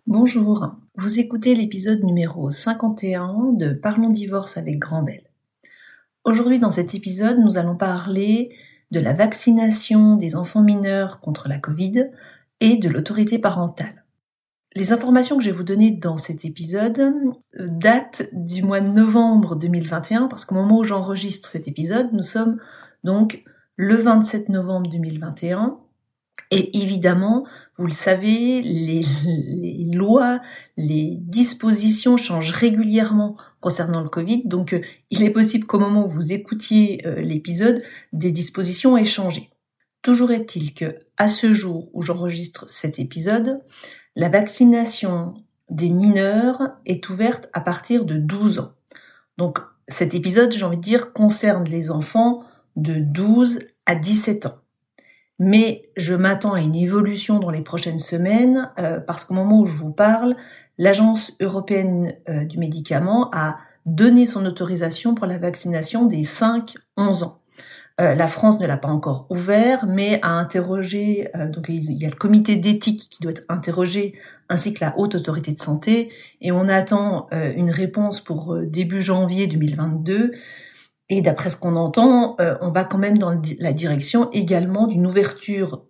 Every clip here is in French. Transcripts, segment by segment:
Bonjour, vous écoutez l'épisode numéro 51 de Parlons divorce avec Grandel. Aujourd'hui dans cet épisode, nous allons parler de la vaccination des enfants mineurs contre la Covid et de l'autorité parentale. Les informations que je vais vous donner dans cet épisode datent du mois de novembre 2021 parce qu'au moment où j'enregistre cet épisode, nous sommes donc le 27 novembre 2021. Et évidemment, vous le savez, les lois, les dispositions changent régulièrement concernant le Covid. Donc, il est possible qu'au moment où vous écoutiez l'épisode, des dispositions aient changé. Toujours est-il que, à ce jour où j'enregistre cet épisode, la vaccination des mineurs est ouverte à partir de 12 ans. Donc, cet épisode, j'ai envie de dire, concerne les enfants de 12 à 17 ans. Mais je m'attends à une évolution dans les prochaines semaines parce qu'au moment où je vous parle, l'Agence européenne du médicament a donné son autorisation pour la vaccination des 5-11 ans. La France ne l'a pas encore ouvert, mais a interrogé, donc il y a le comité d'éthique qui doit être interrogé, ainsi que la Haute Autorité de Santé, et on attend une réponse pour début janvier 2022. Et d'après ce qu'on entend, on va quand même dans la direction également d'une ouverture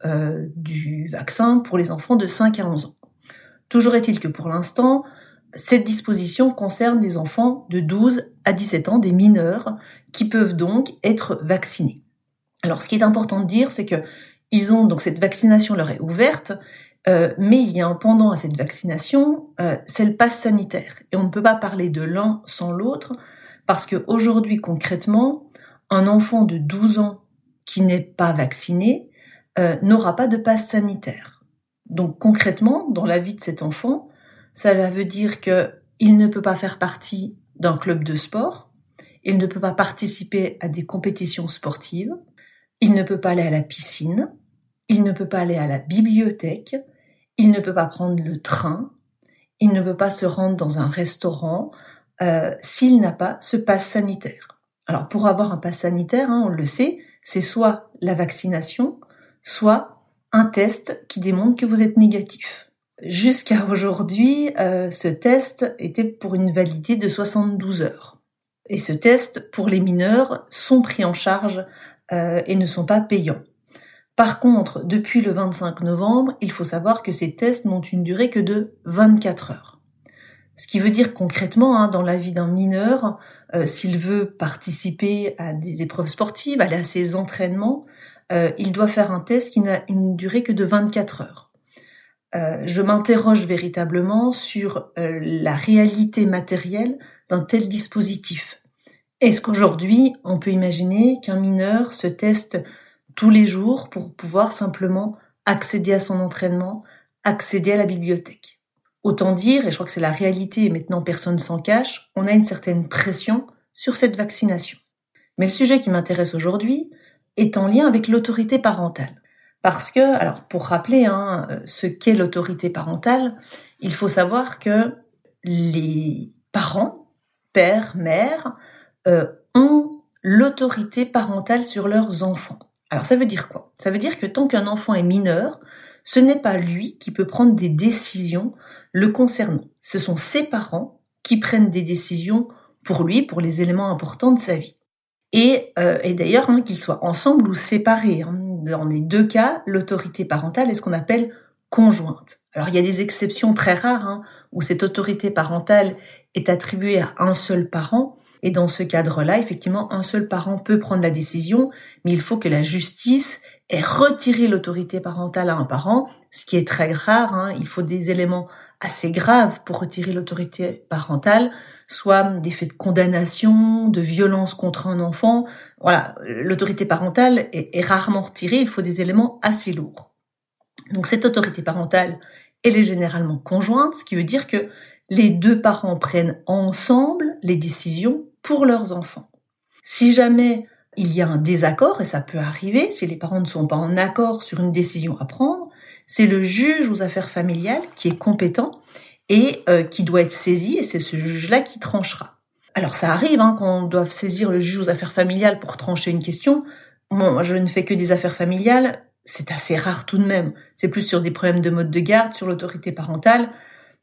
du vaccin pour les enfants de 5 à 11 ans. Toujours est-il que pour l'instant, cette disposition concerne les enfants de 12 à 17 ans, des mineurs, qui peuvent donc être vaccinés. Alors ce qui est important de dire, c'est que cette vaccination leur est ouverte, mais il y a un pendant à cette vaccination, c'est le pass sanitaire. Et on ne peut pas parler de l'un sans l'autre, parce qu'aujourd'hui, concrètement, un enfant de 12 ans qui n'est pas vacciné n'aura pas de passe sanitaire. Donc concrètement, dans la vie de cet enfant, ça veut dire qu'il ne peut pas faire partie d'un club de sport, il ne peut pas participer à des compétitions sportives, il ne peut pas aller à la piscine, il ne peut pas aller à la bibliothèque, il ne peut pas prendre le train, il ne peut pas se rendre dans un restaurant, s'il n'a pas ce pass sanitaire. Alors pour avoir un pass sanitaire, on le sait, c'est soit la vaccination, soit un test qui démontre que vous êtes négatif. Jusqu'à aujourd'hui, ce test était pour une validité de 72 heures. Et ce test, pour les mineurs, sont pris en charge et ne sont pas payants. Par contre, depuis le 25 novembre, il faut savoir que ces tests n'ont une durée que de 24 heures. Ce qui veut dire concrètement, dans la vie d'un mineur, s'il veut participer à des épreuves sportives, aller à ses entraînements, il doit faire un test qui n'a une durée que de 24 heures. Je m'interroge véritablement sur la réalité matérielle d'un tel dispositif. Est-ce qu'aujourd'hui, on peut imaginer qu'un mineur se teste tous les jours pour pouvoir simplement accéder à son entraînement, accéder à la bibliothèque ? Autant dire, et je crois que c'est la réalité et maintenant personne s'en cache, on a une certaine pression sur cette vaccination. Mais le sujet qui m'intéresse aujourd'hui est en lien avec l'autorité parentale. Parce que, alors pour rappeler ce qu'est l'autorité parentale, il faut savoir que les parents, père, mère, ont l'autorité parentale sur leurs enfants. Alors ça veut dire quoi ? Ça veut dire que tant qu'un enfant est mineur, ce n'est pas lui qui peut prendre des décisions le concernant. Ce sont ses parents qui prennent des décisions pour lui, pour les éléments importants de sa vie. Et d'ailleurs, qu'ils soient ensemble ou séparés. Dans les deux cas, l'autorité parentale est ce qu'on appelle conjointe. Alors il y a des exceptions très rares où cette autorité parentale est attribuée à un seul parent. Et dans ce cadre-là, effectivement, un seul parent peut prendre la décision, mais il faut que la justice ait retiré l'autorité parentale à un parent, ce qui est très rare. Il faut des éléments assez graves pour retirer l'autorité parentale, soit des faits de condamnation, de violence contre un enfant. Voilà, l'autorité parentale est rarement retirée, il faut des éléments assez lourds. Donc cette autorité parentale, elle est généralement conjointe, ce qui veut dire que les deux parents prennent ensemble les décisions pour leurs enfants. Si jamais il y a un désaccord, et ça peut arriver, si les parents ne sont pas en accord sur une décision à prendre, c'est le juge aux affaires familiales qui est compétent et qui doit être saisi, et c'est ce juge-là qui tranchera. Alors ça arrive qu'on doive saisir le juge aux affaires familiales pour trancher une question. Moi, je ne fais que des affaires familiales, c'est assez rare tout de même. C'est plus sur des problèmes de mode de garde, sur l'autorité parentale.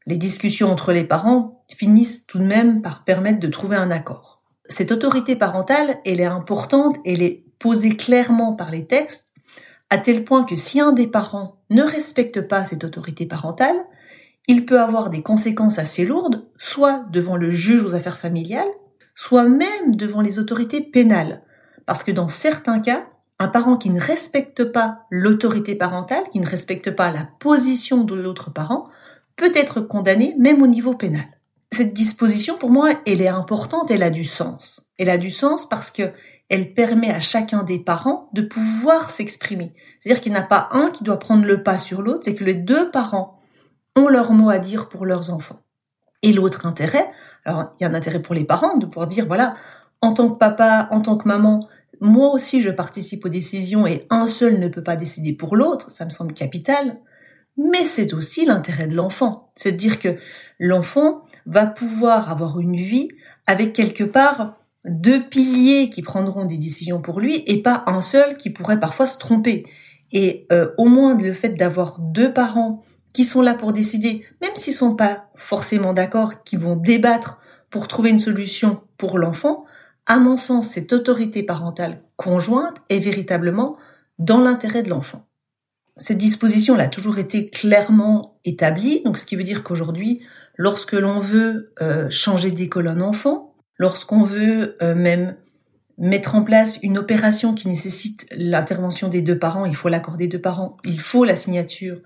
les discussions entre les parents finissent tout de même par permettre de trouver un accord. Cette autorité parentale, elle est importante, elle est posée clairement par les textes, à tel point que si un des parents ne respecte pas cette autorité parentale, il peut avoir des conséquences assez lourdes, soit devant le juge aux affaires familiales, soit même devant les autorités pénales. Parce que dans certains cas, un parent qui ne respecte pas l'autorité parentale, qui ne respecte pas la position de l'autre parent, peut être condamné même au niveau pénal. Cette disposition, pour moi, elle est importante, elle a du sens. Elle a du sens parce que elle permet à chacun des parents de pouvoir s'exprimer. C'est-à-dire qu'il n'y en a pas un qui doit prendre le pas sur l'autre, c'est que les deux parents ont leur mot à dire pour leurs enfants. Et l'autre intérêt, alors il y a un intérêt pour les parents de pouvoir dire, voilà, en tant que papa, en tant que maman, moi aussi je participe aux décisions et un seul ne peut pas décider pour l'autre, ça me semble capital. Mais c'est aussi l'intérêt de l'enfant. C'est de dire que l'enfant va pouvoir avoir une vie avec quelque part deux piliers qui prendront des décisions pour lui et pas un seul qui pourrait parfois se tromper. Et au moins le fait d'avoir deux parents qui sont là pour décider, même s'ils sont pas forcément d'accord, qui vont débattre pour trouver une solution pour l'enfant, à mon sens, cette autorité parentale conjointe est véritablement dans l'intérêt de l'enfant. Cette disposition elle a toujours été clairement établie, donc ce qui veut dire qu'aujourd'hui, lorsque l'on veut changer d'école un enfant, lorsqu'on veut même mettre en place une opération qui nécessite l'intervention des deux parents, il faut l'accord des deux parents, il faut la signature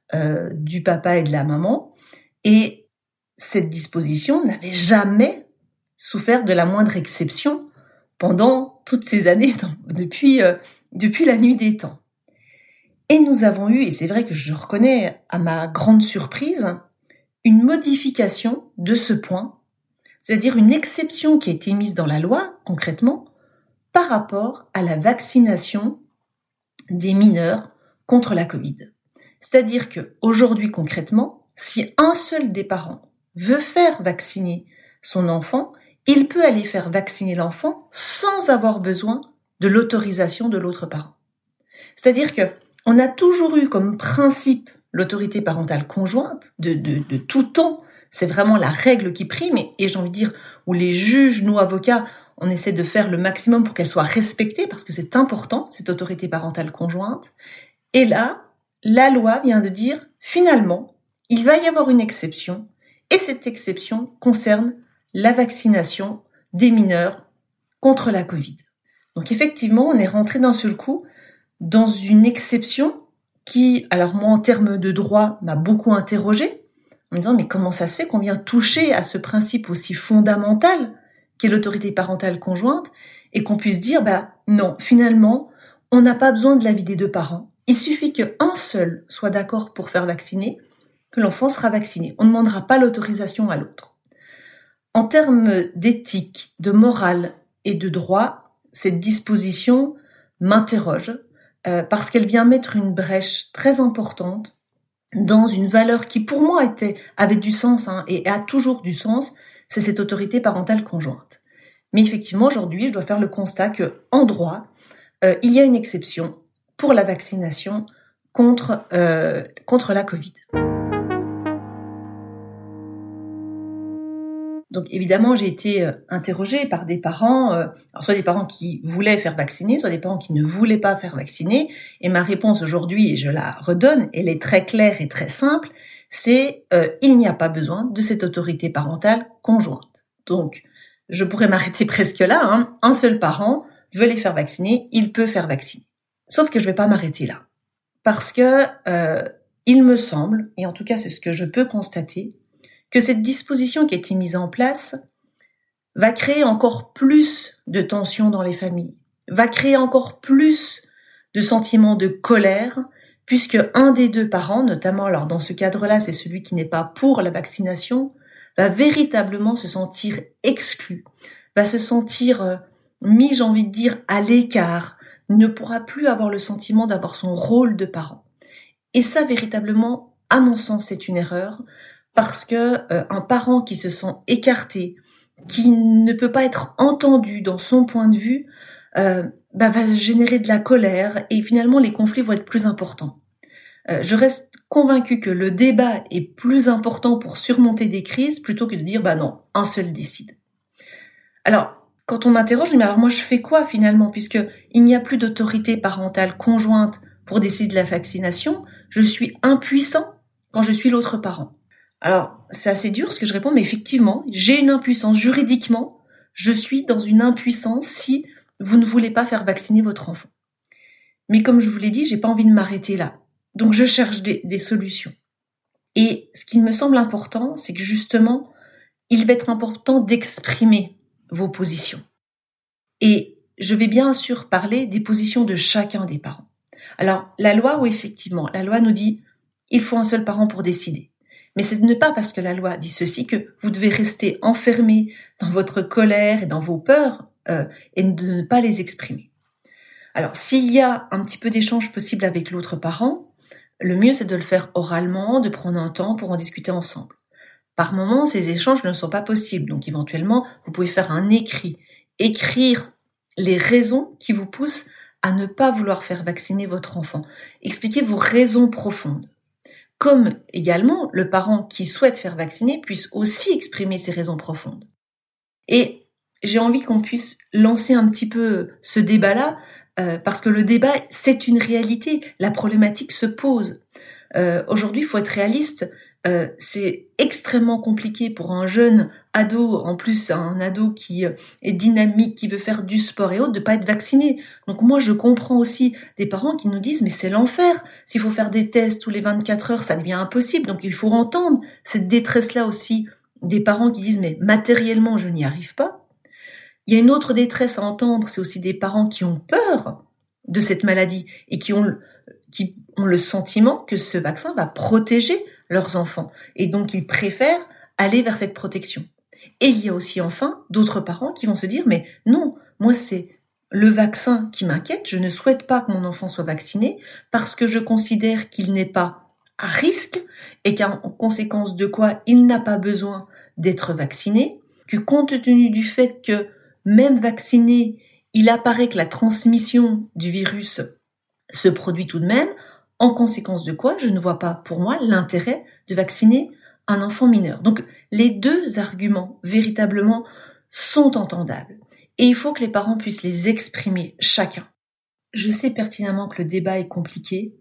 du papa et de la maman, et cette disposition n'avait jamais souffert de la moindre exception pendant toutes ces années, depuis la nuit des temps. Et nous avons eu, et c'est vrai que je reconnais à ma grande surprise, une modification de ce point, c'est-à-dire une exception qui a été mise dans la loi, concrètement, par rapport à la vaccination des mineurs contre la Covid. C'est-à-dire qu'aujourd'hui, concrètement, si un seul des parents veut faire vacciner son enfant, il peut aller faire vacciner l'enfant sans avoir besoin de l'autorisation de l'autre parent. C'est-à-dire que on a toujours eu comme principe l'autorité parentale conjointe de tout temps. C'est vraiment la règle qui prime et j'ai envie de dire où les juges, nous avocats, on essaie de faire le maximum pour qu'elle soit respectée parce que c'est important, cette autorité parentale conjointe. Et là, la loi vient de dire finalement, il va y avoir une exception et cette exception concerne la vaccination des mineurs contre la Covid. Donc effectivement, on est rentré d'un seul coup dans une exception qui, alors moi en termes de droit, m'a beaucoup interrogée, en me disant mais comment ça se fait qu'on vient toucher à ce principe aussi fondamental qu'est l'autorité parentale conjointe et qu'on puisse dire non, finalement, on n'a pas besoin de l'avis des deux parents. Il suffit qu'un seul soit d'accord pour faire vacciner, que l'enfant sera vacciné. On ne demandera pas l'autorisation à l'autre. En termes d'éthique, de morale et de droit, cette disposition m'interroge parce qu'elle vient mettre une brèche très importante dans une valeur qui pour moi avait du sens et a toujours du sens, c'est cette autorité parentale conjointe. Mais effectivement, aujourd'hui, je dois faire le constat que en droit, il y a une exception pour la vaccination contre la Covid. Donc évidemment, j'ai été interrogée par des parents, alors soit des parents qui voulaient faire vacciner, soit des parents qui ne voulaient pas faire vacciner. Et ma réponse aujourd'hui, et je la redonne, elle est très claire et très simple, c'est il n'y a pas besoin de cette autorité parentale conjointe. Donc, je pourrais m'arrêter presque là. Un seul parent veut les faire vacciner, il peut faire vacciner. Sauf que je vais pas m'arrêter là. Parce que il me semble, et en tout cas c'est ce que je peux constater, que cette disposition qui a été mise en place va créer encore plus de tensions dans les familles, va créer encore plus de sentiments de colère, puisque un des deux parents, notamment alors dans ce cadre-là, c'est celui qui n'est pas pour la vaccination, va véritablement se sentir exclu, va se sentir mis, j'ai envie de dire, à l'écart, ne pourra plus avoir le sentiment d'avoir son rôle de parent. Et ça, véritablement, à mon sens, c'est une erreur, parce que un parent qui se sent écarté, qui ne peut pas être entendu dans son point de vue, va générer de la colère et finalement les conflits vont être plus importants. Je reste convaincue que le débat est plus important pour surmonter des crises plutôt que de dire non, un seul décide. Alors, quand on m'interroge, je dis mais alors moi je fais quoi finalement, puisque il n'y a plus d'autorité parentale conjointe pour décider de la vaccination, je suis impuissant quand je suis l'autre parent. Alors, c'est assez dur ce que je réponds, mais effectivement, j'ai une impuissance juridiquement, je suis dans une impuissance si vous ne voulez pas faire vacciner votre enfant. Mais comme je vous l'ai dit, j'ai pas envie de m'arrêter là. Donc je cherche des solutions. Et ce qui me semble important, c'est que justement, il va être important d'exprimer vos positions. Et je vais bien sûr parler des positions de chacun des parents. Alors, la loi, oui, effectivement, la loi nous dit il faut un seul parent pour décider. Mais ce n'est pas parce que la loi dit ceci que vous devez rester enfermé dans votre colère et dans vos peurs et de ne pas les exprimer. Alors, s'il y a un petit peu d'échange possible avec l'autre parent, le mieux c'est de le faire oralement, de prendre un temps pour en discuter ensemble. Par moments, ces échanges ne sont pas possibles, donc éventuellement, vous pouvez faire un écrit, écrire les raisons qui vous poussent à ne pas vouloir faire vacciner votre enfant. Expliquez vos raisons profondes. Comme également, le parent qui souhaite faire vacciner puisse aussi exprimer ses raisons profondes. Et j'ai envie qu'on puisse lancer un petit peu ce débat-là, parce que le débat, c'est une réalité. La problématique se pose. Aujourd'hui, il faut être réaliste. C'est extrêmement compliqué pour un jeune ado, en plus un ado qui est dynamique, qui veut faire du sport et autres, de pas être vacciné. Donc moi, je comprends aussi des parents qui nous disent mais c'est l'enfer. S'il faut faire des tests tous les 24 heures, ça devient impossible. Donc il faut entendre cette détresse-là aussi des parents qui disent mais matériellement, je n'y arrive pas. Il y a une autre détresse à entendre, c'est aussi des parents qui ont peur de cette maladie et qui ont le sentiment que ce vaccin va protéger leurs enfants. Et donc, ils préfèrent aller vers cette protection. Et il y a aussi enfin d'autres parents qui vont se dire, mais non, moi c'est le vaccin qui m'inquiète, je ne souhaite pas que mon enfant soit vacciné parce que je considère qu'il n'est pas à risque et qu'en conséquence de quoi il n'a pas besoin d'être vacciné, que compte tenu du fait que même vacciné, il apparaît que la transmission du virus se produit tout de même, en conséquence de quoi je ne vois pas pour moi l'intérêt de vacciner un enfant mineur. Donc les deux arguments véritablement sont entendables et il faut que les parents puissent les exprimer chacun. Je sais pertinemment que le débat est compliqué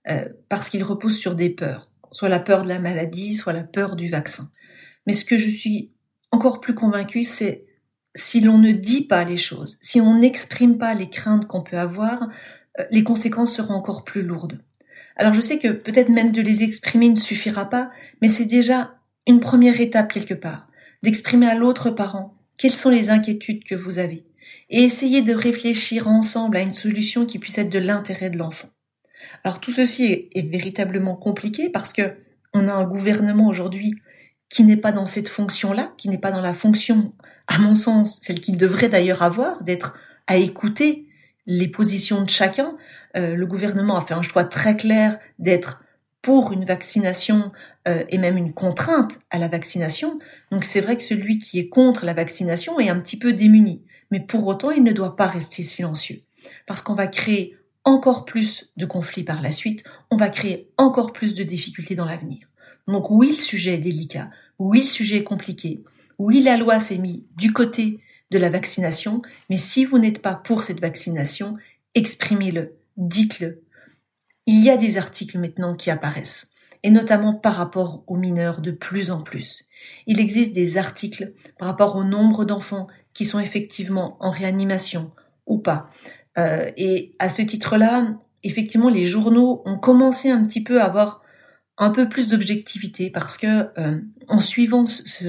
parce qu'il repose sur des peurs, soit la peur de la maladie, soit la peur du vaccin. Mais ce que je suis encore plus convaincue, c'est si l'on ne dit pas les choses, si on n'exprime pas les craintes qu'on peut avoir, les conséquences seront encore plus lourdes. Alors je sais que peut-être même de les exprimer ne suffira pas, mais c'est déjà une première étape quelque part, d'exprimer à l'autre parent quelles sont les inquiétudes que vous avez et essayer de réfléchir ensemble à une solution qui puisse être de l'intérêt de l'enfant. Alors tout ceci est véritablement compliqué parce que on a un gouvernement aujourd'hui qui n'est pas dans cette fonction-là, qui n'est pas dans la fonction, à mon sens, celle qu'il devrait d'ailleurs avoir, d'être à écouter les positions de chacun. Le gouvernement a fait un choix très clair d'être pour une vaccination et même une contrainte à la vaccination. Donc c'est vrai que celui qui est contre la vaccination est un petit peu démuni. Mais pour autant, il ne doit pas rester silencieux. Parce qu'on va créer encore plus de conflits par la suite, on va créer encore plus de difficultés dans l'avenir. Donc oui, le sujet est délicat, oui, le sujet est compliqué, oui, la loi s'est mise du côté de la vaccination, mais si vous n'êtes pas pour cette vaccination, exprimez-le, dites-le. Il y a des articles maintenant qui apparaissent, et notamment par rapport aux mineurs de plus en plus. Il existe des articles par rapport au nombre d'enfants qui sont effectivement en réanimation ou pas. Et à ce titre-là, effectivement, les journaux ont commencé un petit peu à avoir un peu plus d'objectivité parce que en suivant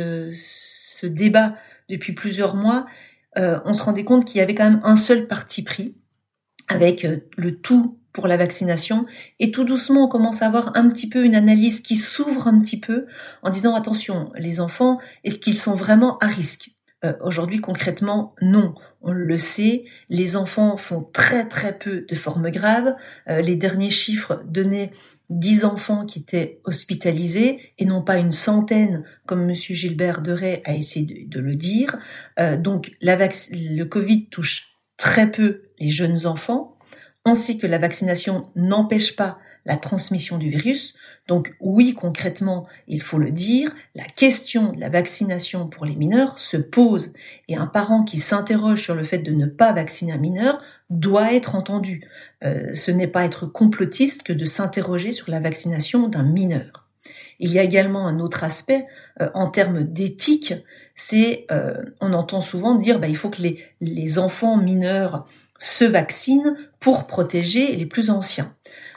ce débat depuis plusieurs mois, on se rendait compte qu'il y avait quand même un seul parti pris avec le tout pour la vaccination et tout doucement on commence à avoir un petit peu une analyse qui s'ouvre un petit peu en disant attention, les enfants, est-ce qu'ils sont vraiment à risque ? Aujourd'hui concrètement non, on le sait, les enfants font très très peu de formes graves, les derniers chiffres donnaient 10 enfants qui étaient hospitalisés et non pas une centaine comme monsieur Gilbert Deray a essayé de le dire. Donc le Covid touche très peu les jeunes enfants. On sait que la vaccination n'empêche pas la transmission du virus. Donc oui, concrètement, il faut le dire, la question de la vaccination pour les mineurs se pose. Et un parent qui s'interroge sur le fait de ne pas vacciner un mineur doit être entendu. Ce n'est pas être complotiste que de s'interroger sur la vaccination d'un mineur. Il y a également un autre aspect en termes d'éthique, c'est on entend souvent dire il faut que les enfants mineurs se vaccinent pour protéger les plus anciens.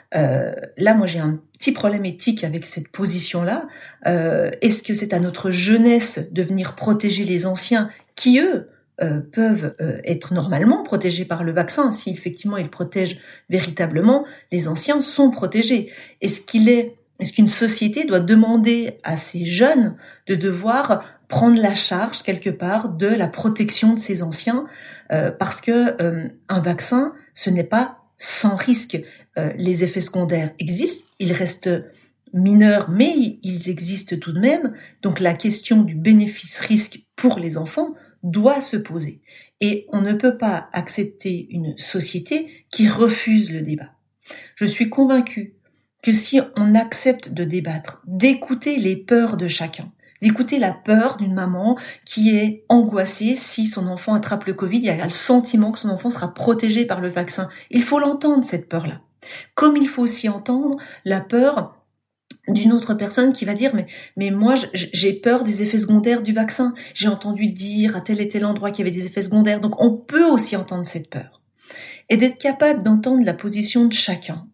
Là, moi, j'ai un petit problème éthique avec cette position-là. Est-ce que c'est à notre jeunesse de venir protéger les anciens qui, eux, peuvent être normalement protégés par le vaccin? Si effectivement ils protègent véritablement, les anciens sont protégés. Est-ce qu'une société doit demander à ces jeunes de devoir prendre la charge quelque part de la protection de ces anciens parce que un vaccin, ce n'est pas sans risque. Les effets secondaires existent, ils restent mineurs, mais ils existent tout de même. Donc la question du bénéfice-risque pour les enfants doit se poser. Et on ne peut pas accepter une société qui refuse le débat. Je suis convaincue que si on accepte de débattre, d'écouter les peurs de chacun, d'écouter la peur d'une maman qui est angoissée si son enfant attrape le Covid, il y a le sentiment que son enfant sera protégé par le vaccin. Il faut l'entendre, cette peur-là. Comme il faut aussi entendre la peur d'une autre personne qui va dire mais moi j'ai peur des effets secondaires du vaccin. J'ai entendu dire à tel et tel endroit qu'il y avait des effets secondaires. Donc on peut aussi entendre cette peur. Et d'être capable d'entendre la position de chacun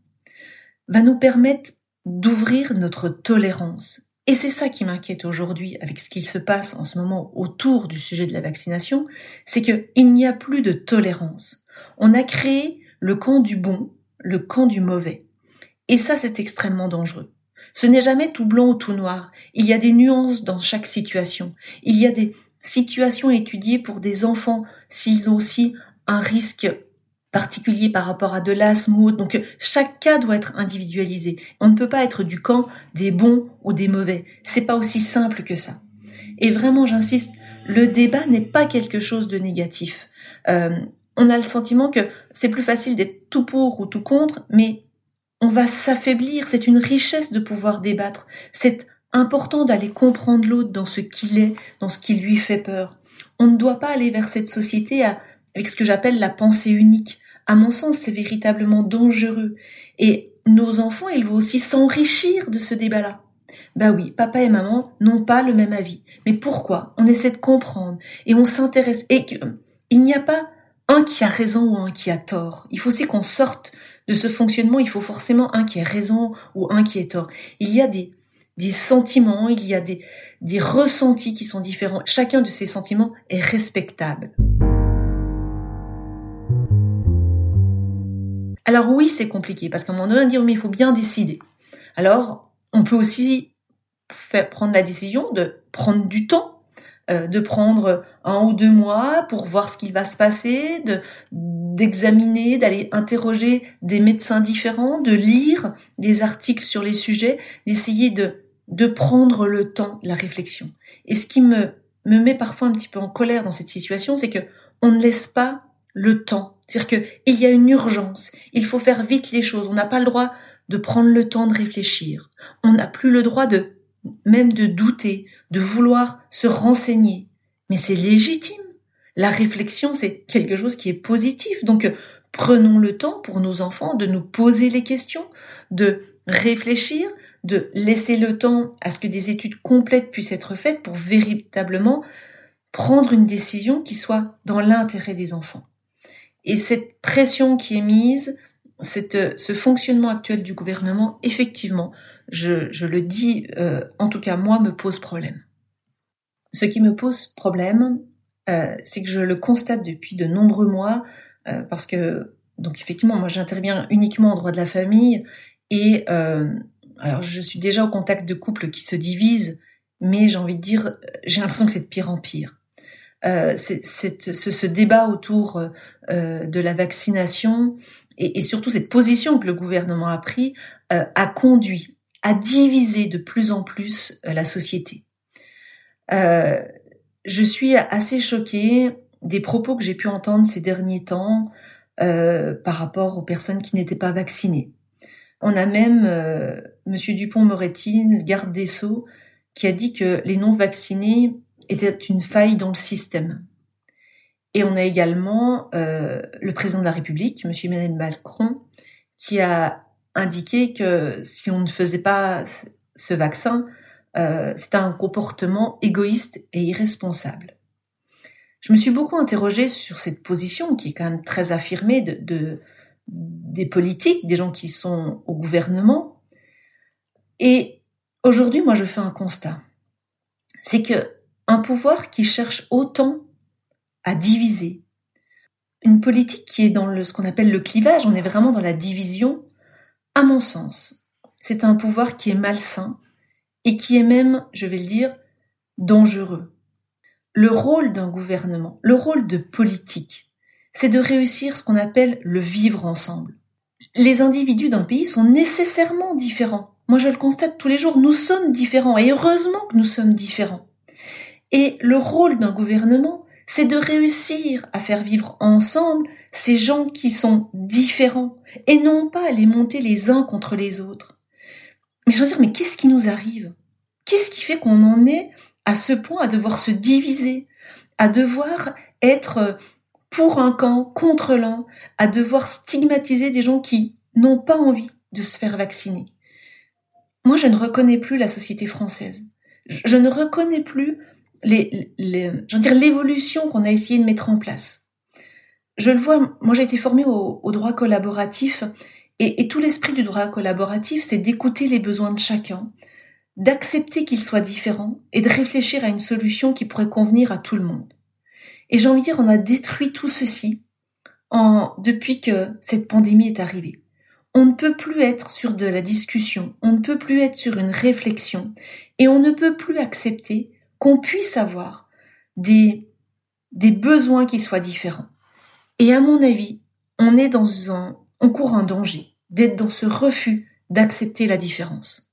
va nous permettre d'ouvrir notre tolérance. Et c'est ça qui m'inquiète aujourd'hui avec ce qui se passe en ce moment autour du sujet de la vaccination, c'est qu'il n'y a plus de tolérance. On a créé le camp du bon, le camp du mauvais. Et ça, c'est extrêmement dangereux. Ce n'est jamais tout blanc ou tout noir. Il y a des nuances dans chaque situation. Il y a des situations étudiées pour des enfants s'ils ont aussi un risque particulier par rapport à de l'asthme ou autre. Donc chaque cas doit être individualisé. On ne peut pas être du camp des bons ou des mauvais. C'est pas aussi simple que ça. Et vraiment, j'insiste, le débat n'est pas quelque chose de négatif. On a le sentiment que c'est plus facile d'être tout pour ou tout contre, mais on va s'affaiblir. C'est une richesse de pouvoir débattre. C'est important d'aller comprendre l'autre dans ce qu'il est, dans ce qui lui fait peur. On ne doit pas aller vers cette société avec ce que j'appelle la pensée unique. À mon sens, c'est véritablement dangereux. Et nos enfants, ils vont aussi s'enrichir de ce débat-là. Oui, papa et maman n'ont pas le même avis. Mais pourquoi? On essaie de comprendre et on s'intéresse. Et il n'y a pas un qui a raison ou un qui a tort. Il faut aussi qu'on sorte de ce fonctionnement. Il faut forcément un qui a raison ou un qui a tort. Il y a des sentiments, il y a des ressentis qui sont différents. Chacun de ces sentiments est respectable. Alors oui, c'est compliqué, parce qu'à un moment donné, on dit, mais il faut bien décider. Alors, on peut aussi prendre la décision de prendre du temps, de prendre 1 ou 2 mois pour voir ce qui va se passer, d'examiner, d'aller interroger des médecins différents, de lire des articles sur les sujets, d'essayer de prendre le temps de la réflexion. Et ce qui me met parfois un petit peu en colère dans cette situation, c'est que on ne laisse pas le temps. C'est-à-dire qu'il y a une urgence, il faut faire vite les choses, on n'a pas le droit de prendre le temps de réfléchir, on n'a plus le droit même de douter, de vouloir se renseigner. Mais c'est légitime. La réflexion, c'est quelque chose qui est positif. Donc, prenons le temps pour nos enfants de nous poser les questions, de réfléchir, de laisser le temps à ce que des études complètes puissent être faites pour véritablement prendre une décision qui soit dans l'intérêt des enfants. Et cette pression qui est mise, ce fonctionnement actuel du gouvernement, effectivement, je le dis, en tout cas moi, me pose problème. Ce qui me pose problème, c'est que je le constate depuis de nombreux mois, parce que, donc effectivement, moi j'interviens uniquement en droit de la famille, et alors je suis déjà au contact de couples qui se divisent, mais j'ai envie de dire, j'ai l'impression que c'est de pire en pire. Ce débat autour de la vaccination et surtout cette position que le gouvernement a pris a conduit à diviser de plus en plus la société. Je suis assez choquée des propos que j'ai pu entendre ces derniers temps par rapport aux personnes qui n'étaient pas vaccinées. On a même Monsieur Dupond-Moretti, le garde des Sceaux, qui a dit que les non-vaccinés étaient une faille dans le système. Et on a également le président de la République, M. Emmanuel Macron, qui a indiqué que si on ne faisait pas ce vaccin, c'était un comportement égoïste et irresponsable. Je me suis beaucoup interrogée sur cette position qui est quand même très affirmée des politiques, des gens qui sont au gouvernement. Et aujourd'hui, moi, je fais un constat. C'est qu'un pouvoir qui cherche autant à diviser, une politique qui est dans ce qu'on appelle le clivage, on est vraiment dans la division, à mon sens, c'est un pouvoir qui est malsain et qui est même, je vais le dire, dangereux. Le rôle d'un gouvernement, le rôle de politique, c'est de réussir ce qu'on appelle le vivre ensemble. Les individus d'un pays sont nécessairement différents. Moi, je le constate tous les jours, nous sommes différents et heureusement que nous sommes différents. Et le rôle d'un gouvernement, c'est de réussir à faire vivre ensemble ces gens qui sont différents et non pas à les monter les uns contre les autres. Mais je veux dire, mais qu'est-ce qui nous arrive ? Qu'est-ce qui fait qu'on en est à ce point à devoir se diviser, à devoir être pour un camp, contre l'un, à devoir stigmatiser des gens qui n'ont pas envie de se faire vacciner ? Moi, je ne reconnais plus la société française. Je ne reconnais plus l'évolution qu'on a essayé de mettre en place. Je le vois, moi j'ai été formée au droit collaboratif et tout l'esprit du droit collaboratif, c'est d'écouter les besoins de chacun, d'accepter qu'ils soient différents et de réfléchir à une solution qui pourrait convenir à tout le monde. Et j'ai envie de dire, on a détruit tout ceci depuis que cette pandémie est arrivée. On ne peut plus être sur de la discussion, on ne peut plus être sur une réflexion et on ne peut plus accepter qu'on puisse avoir des besoins qui soient différents. Et à mon avis, on court un danger d'être dans ce refus d'accepter la différence.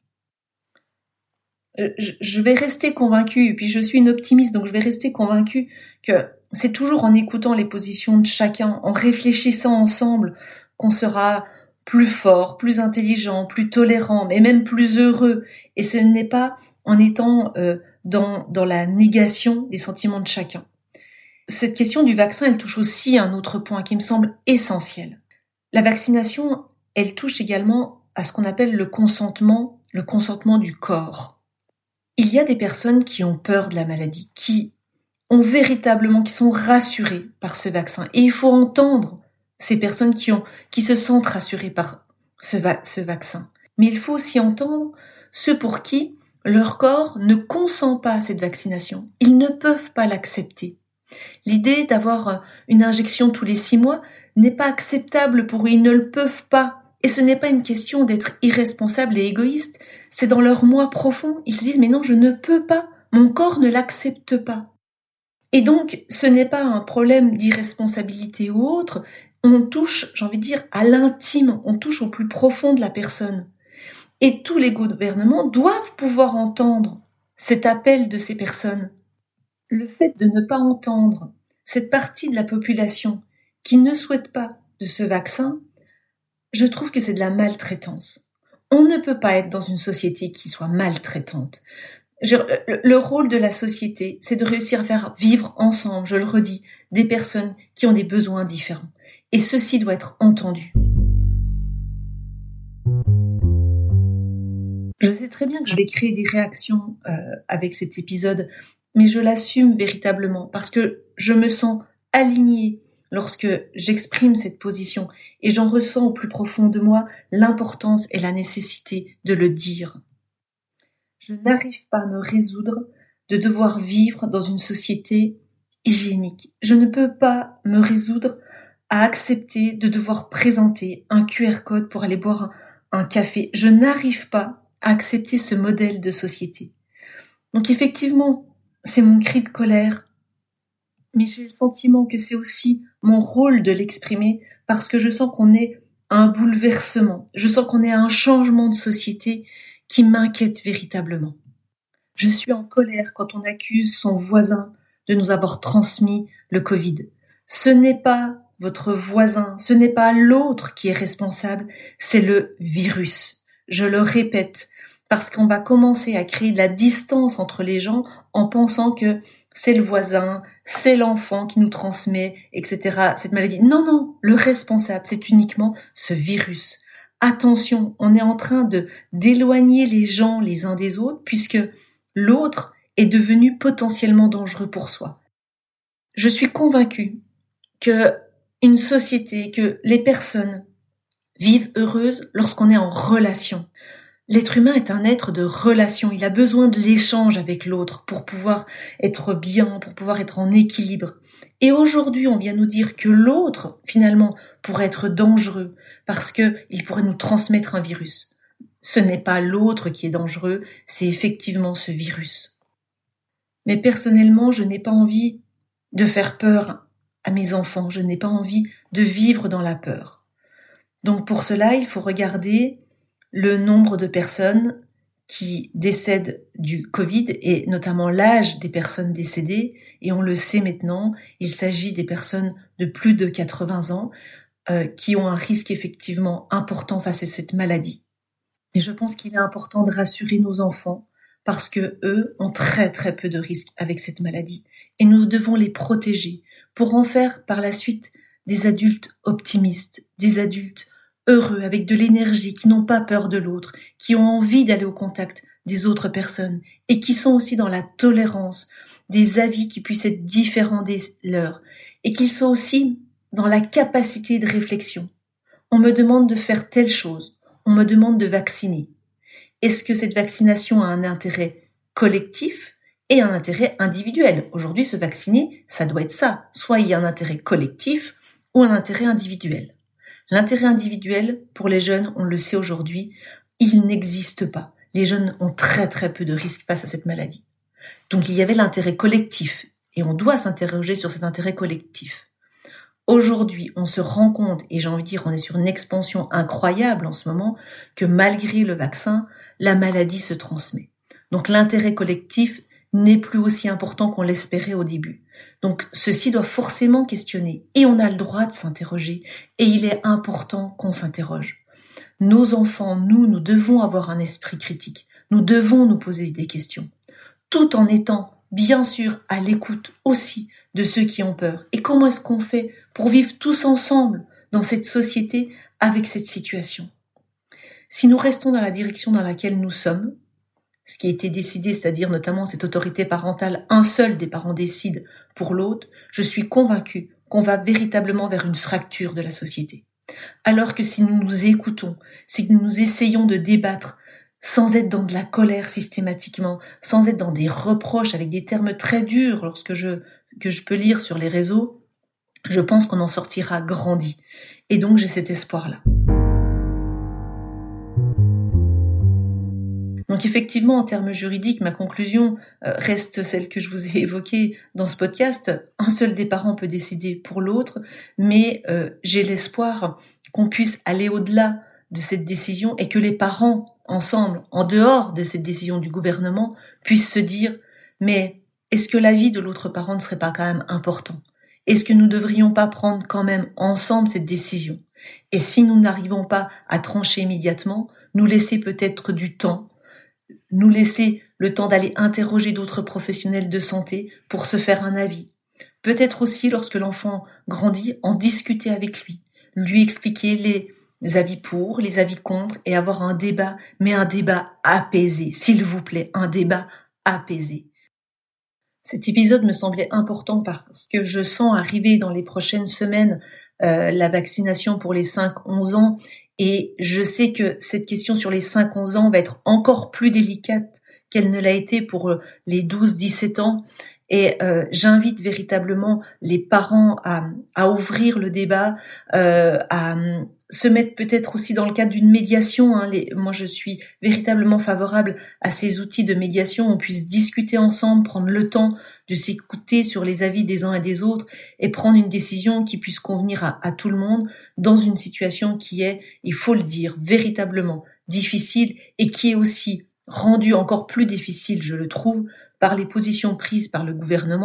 Je vais rester convaincue, et puis je suis une optimiste, donc je vais rester convaincue que c'est toujours en écoutant les positions de chacun, en réfléchissant ensemble, qu'on sera plus fort, plus intelligent, plus tolérant, mais même plus heureux. Et ce n'est pas en étant dans la négation des sentiments de chacun. Cette question du vaccin, elle touche aussi un autre point qui me semble essentiel. La vaccination, elle touche également à ce qu'on appelle le consentement du corps. Il y a des personnes qui ont peur de la maladie, qui sont rassurées par ce vaccin. Et il faut entendre ces personnes qui se sentent rassurées par ce vaccin. Mais il faut aussi entendre ceux pour qui leur corps ne consent pas à cette vaccination. Ils ne peuvent pas l'accepter. L'idée d'avoir une injection tous les 6 mois n'est pas acceptable pour eux. Ils ne le peuvent pas. Et ce n'est pas une question d'être irresponsable et égoïste. C'est dans leur moi profond. Ils se disent, mais non, je ne peux pas. Mon corps ne l'accepte pas. Et donc, ce n'est pas un problème d'irresponsabilité ou autre. On touche, j'ai envie de dire, à l'intime. On touche au plus profond de la personne. Et tous les gouvernements doivent pouvoir entendre cet appel de ces personnes. Le fait de ne pas entendre cette partie de la population qui ne souhaite pas de ce vaccin, je trouve que c'est de la maltraitance. On ne peut pas être dans une société qui soit maltraitante. Le rôle de la société, c'est de réussir à faire vivre ensemble, je le redis, des personnes qui ont des besoins différents. Et ceci doit être entendu. Je sais très bien que je vais créer des réactions avec cet épisode, mais je l'assume véritablement parce que je me sens alignée lorsque j'exprime cette position et j'en ressens au plus profond de moi l'importance et la nécessité de le dire. Je n'arrive pas à me résoudre de devoir vivre dans une société hygiénique. Je ne peux pas me résoudre à accepter de devoir présenter un QR code pour aller boire un café. Je n'arrive pas à accepter ce modèle de société. Donc effectivement, c'est mon cri de colère, mais j'ai le sentiment que c'est aussi mon rôle de l'exprimer parce que je sens qu'on est à un bouleversement, je sens qu'on est à un changement de société qui m'inquiète véritablement. Je suis en colère quand on accuse son voisin de nous avoir transmis le Covid. Ce n'est pas votre voisin, ce n'est pas l'autre qui est responsable, c'est le virus. Je le répète, parce qu'on va commencer à créer de la distance entre les gens en pensant que c'est le voisin, c'est l'enfant qui nous transmet, etc. cette maladie. Non, le responsable, c'est uniquement ce virus. Attention, on est en train d'éloigner les gens les uns des autres puisque l'autre est devenu potentiellement dangereux pour soi. Je suis convaincue que une société, que les personnes vivent heureuses lorsqu'on est en relation. L'être humain est un être de relation, il a besoin de l'échange avec l'autre pour pouvoir être bien, pour pouvoir être en équilibre. Et aujourd'hui, on vient nous dire que l'autre, finalement, pourrait être dangereux parce qu'il pourrait nous transmettre un virus. Ce n'est pas l'autre qui est dangereux, c'est effectivement ce virus. Mais personnellement, je n'ai pas envie de faire peur à mes enfants, je n'ai pas envie de vivre dans la peur. Donc pour cela, il faut regarder le nombre de personnes qui décèdent du Covid et notamment l'âge des personnes décédées. Et on le sait maintenant, il s'agit des personnes de plus de 80 ans qui ont un risque effectivement important face à cette maladie. Mais je pense qu'il est important de rassurer nos enfants parce que eux ont très très peu de risques avec cette maladie. Et nous devons les protéger pour en faire par la suite des adultes optimistes, des adultes heureux, avec de l'énergie, qui n'ont pas peur de l'autre, qui ont envie d'aller au contact des autres personnes et qui sont aussi dans la tolérance des avis qui puissent être différents des leurs et qu'ils soient aussi dans la capacité de réflexion. On me demande de faire telle chose, on me demande de vacciner. Est-ce que cette vaccination a un intérêt collectif et un intérêt individuel? Aujourd'hui, se vacciner, ça doit être ça. Soit il y a un intérêt collectif ou un intérêt individuel. L'intérêt individuel, pour les jeunes, on le sait aujourd'hui, il n'existe pas. Les jeunes ont très très peu de risques face à cette maladie. Donc il y avait l'intérêt collectif, et on doit s'interroger sur cet intérêt collectif. Aujourd'hui, on se rend compte, et j'ai envie de dire qu'on est sur une expansion incroyable en ce moment, que malgré le vaccin, la maladie se transmet. Donc l'intérêt collectif n'est plus aussi important qu'on l'espérait au début. Donc ceci doit forcément questionner, et on a le droit de s'interroger, et il est important qu'on s'interroge. Nos enfants, nous devons avoir un esprit critique, nous devons nous poser des questions, tout en étant bien sûr à l'écoute aussi de ceux qui ont peur. Et comment est-ce qu'on fait pour vivre tous ensemble dans cette société avec cette situation? Si nous restons dans la direction dans laquelle nous sommes, ce qui a été décidé, c'est-à-dire notamment cette autorité parentale, un seul des parents décide pour l'autre, je suis convaincue qu'on va véritablement vers une fracture de la société. Alors que si nous nous écoutons, si nous essayons de débattre sans être dans de la colère systématiquement, sans être dans des reproches avec des termes très durs que je peux lire sur les réseaux, je pense qu'on en sortira grandi. Et donc j'ai cet espoir-là. Donc effectivement, en termes juridiques, ma conclusion reste celle que je vous ai évoquée dans ce podcast. Un seul des parents peut décider pour l'autre, mais j'ai l'espoir qu'on puisse aller au-delà de cette décision et que les parents, ensemble, en dehors de cette décision du gouvernement, puissent se dire « mais est-ce que l'avis de l'autre parent ne serait pas quand même important ? Est-ce que nous ne devrions pas prendre quand même ensemble cette décision ? Et si nous n'arrivons pas à trancher immédiatement, nous laisser peut-être du temps, nous laisser le temps d'aller interroger d'autres professionnels de santé pour se faire un avis. Peut-être aussi, lorsque l'enfant grandit, en discuter avec lui expliquer les avis pour, les avis contre et avoir un débat, mais un débat apaisé, s'il vous plaît, un débat apaisé. Cet épisode me semblait important parce que je sens arriver dans les prochaines semaines la vaccination pour les 5-11 ans et je sais que cette question sur les 5-11 ans va être encore plus délicate qu'elle ne l'a été pour les 12-17 ans et j'invite véritablement les parents à ouvrir le débat, à se mettre peut-être aussi dans le cadre d'une médiation. Moi, je suis véritablement favorable à ces outils de médiation où on puisse discuter ensemble, prendre le temps de s'écouter sur les avis des uns et des autres et prendre une décision qui puisse convenir à tout le monde dans une situation qui est, il faut le dire, véritablement difficile et qui est aussi rendue encore plus difficile, je le trouve, par les positions prises par le gouvernement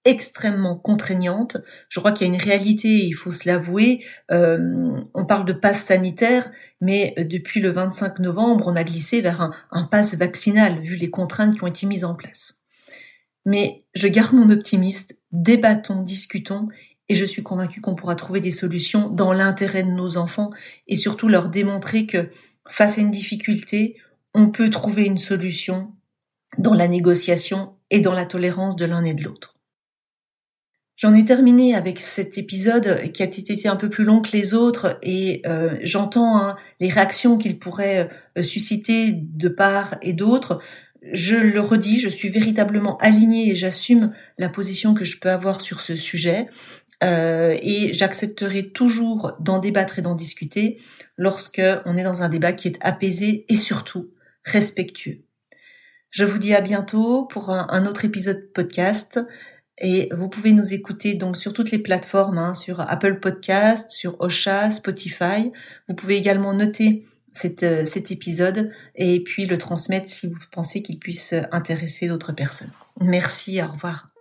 extrêmement contraignante. Je crois qu'il y a une réalité, il faut se l'avouer. On parle de passe sanitaire, mais depuis le 25 novembre, on a glissé vers un passe vaccinal, vu les contraintes qui ont été mises en place. Mais je garde mon optimisme, débattons, discutons, et je suis convaincue qu'on pourra trouver des solutions dans l'intérêt de nos enfants, et surtout leur démontrer que face à une difficulté, on peut trouver une solution dans la négociation et dans la tolérance de l'un et de l'autre. J'en ai terminé avec cet épisode qui a été un peu plus long que les autres et j'entends les réactions qu'il pourrait susciter de part et d'autre. Je le redis, je suis véritablement alignée et j'assume la position que je peux avoir sur ce sujet et j'accepterai toujours d'en débattre et d'en discuter lorsque on est dans un débat qui est apaisé et surtout respectueux. Je vous dis à bientôt pour un autre épisode podcast. Et vous pouvez nous écouter donc sur toutes les plateformes, sur Apple Podcast, sur Ocha, Spotify. Vous pouvez également noter cet épisode et puis le transmettre si vous pensez qu'il puisse intéresser d'autres personnes. Merci, au revoir.